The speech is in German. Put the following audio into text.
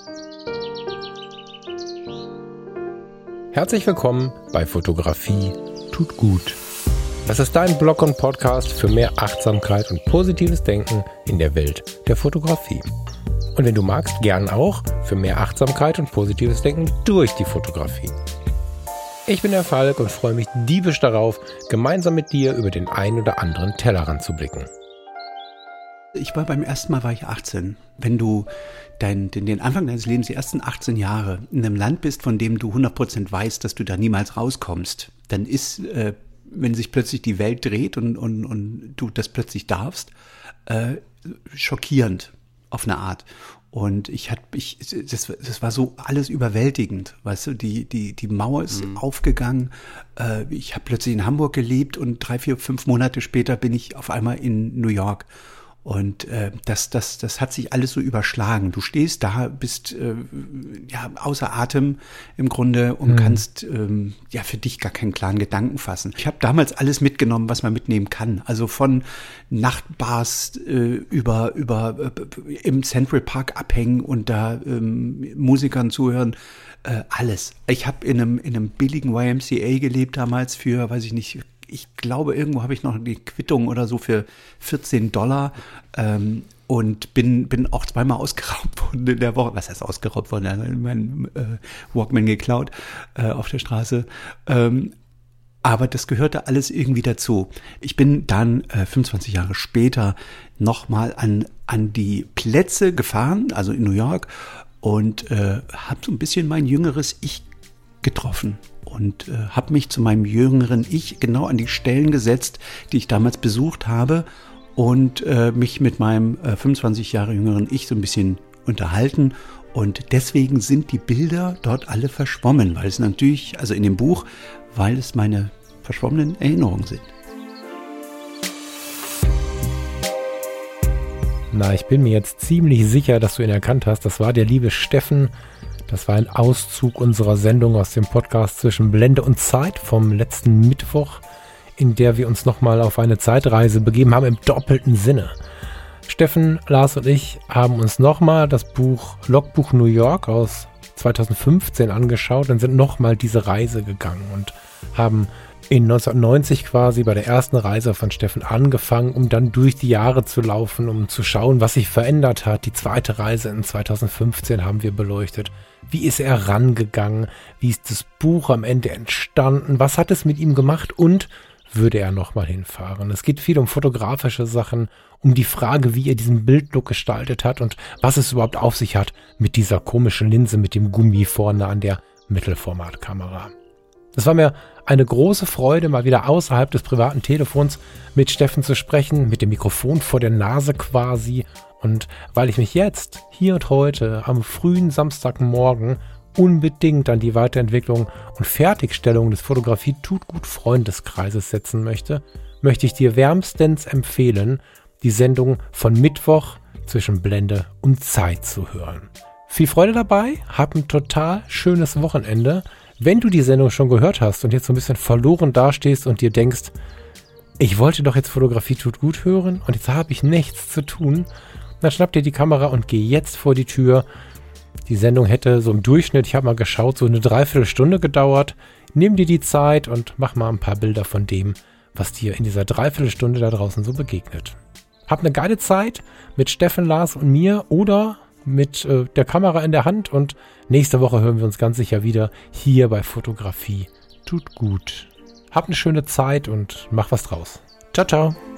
Herzlich willkommen bei Fotografie tut gut. Das ist dein Blog und Podcast für mehr Achtsamkeit und positives Denken in der Welt der Fotografie. Und wenn du magst, gern auch für mehr Achtsamkeit und positives Denken durch die Fotografie. Ich bin der Falk und freue mich diebisch darauf, gemeinsam mit dir über den einen oder anderen Tellerrand zu blicken. Beim ersten Mal war ich 18. Wenn du den Anfang deines Lebens, die ersten 18 Jahre, in einem Land bist, von dem du 100% weißt, dass du da niemals rauskommst, dann ist, wenn sich plötzlich die Welt dreht und du das plötzlich darfst, schockierend auf eine Art. Und das war so alles überwältigend, weißt du, die Mauer ist aufgegangen, ich habe plötzlich in Hamburg gelebt und 3, 4, 5 Monate später bin ich auf einmal in New York. Und das hat sich alles so überschlagen. Du stehst da, bist außer Atem im Grunde und kannst für dich gar keinen klaren Gedanken fassen. Ich habe damals alles mitgenommen, was man mitnehmen kann. Also von Nachtbars über im Central Park abhängen und da Musikern zuhören. Alles. Ich habe in einem billigen YMCA gelebt damals für, weiß ich nicht, ich glaube, irgendwo habe ich noch die Quittung oder so für $14 und bin auch zweimal ausgeraubt worden in der Woche. Was heißt ausgeraubt worden? Mein Walkman geklaut auf der Straße. Aber das gehörte alles irgendwie dazu. Ich bin dann 25 Jahre später nochmal an die Plätze gefahren, also in New York, und habe so ein bisschen mein jüngeres Ich getroffen. Und habe mich zu meinem jüngeren Ich genau an die Stellen gesetzt, die ich damals besucht habe und mich mit meinem 25 Jahre jüngeren Ich so ein bisschen unterhalten. Und deswegen sind die Bilder dort alle verschwommen, weil es natürlich, also in dem Buch, weil es meine verschwommenen Erinnerungen sind. Na, ich bin mir jetzt ziemlich sicher, dass du ihn erkannt hast. Das war der liebe Steffen. Das war ein Auszug unserer Sendung aus dem Podcast Zwischen Blende und Zeit vom letzten Mittwoch, in der wir uns nochmal auf eine Zeitreise begeben haben im doppelten Sinne. Steffen, Lars und ich haben uns nochmal das Buch Logbuch New York aus 2015 angeschaut und sind nochmal diese Reise gegangen und haben in 1990 quasi bei der ersten Reise von Steffen angefangen, um dann durch die Jahre zu laufen, um zu schauen, was sich verändert hat. Die zweite Reise in 2015 haben wir beleuchtet. Wie ist er rangegangen? Wie ist das Buch am Ende entstanden? Was hat es mit ihm gemacht? Und würde er nochmal hinfahren? Es geht viel um fotografische Sachen, um die Frage, wie er diesen Bildlook gestaltet hat und was es überhaupt auf sich hat mit dieser komischen Linse mit dem Gummi vorne an der Mittelformatkamera. Es war mir eine große Freude, mal wieder außerhalb des privaten Telefons mit Steffen zu sprechen, mit dem Mikrofon vor der Nase quasi. Und weil ich mich jetzt, hier und heute, am frühen Samstagmorgen unbedingt an die Weiterentwicklung und Fertigstellung des Fotografie tut gut Freundeskreises setzen möchte, möchte ich dir wärmstens empfehlen, die Sendung von Mittwoch zwischen Blende und Zeit zu hören. Viel Freude dabei, hab ein total schönes Wochenende. Wenn du die Sendung schon gehört hast und jetzt so ein bisschen verloren dastehst und dir denkst, ich wollte doch jetzt Fotografie tut gut hören und jetzt habe ich nichts zu tun, dann schnapp dir die Kamera und geh jetzt vor die Tür. Die Sendung hätte so im Durchschnitt, ich habe mal geschaut, so eine Dreiviertelstunde gedauert. Nimm dir die Zeit und mach mal ein paar Bilder von dem, was dir in dieser Dreiviertelstunde da draußen so begegnet. Hab eine geile Zeit mit Steffen, Lars und mir oder mit der Kamera in der Hand und nächste Woche hören wir uns ganz sicher wieder hier bei Fotografie tut gut. Hab eine schöne Zeit und mach was draus. Ciao, ciao.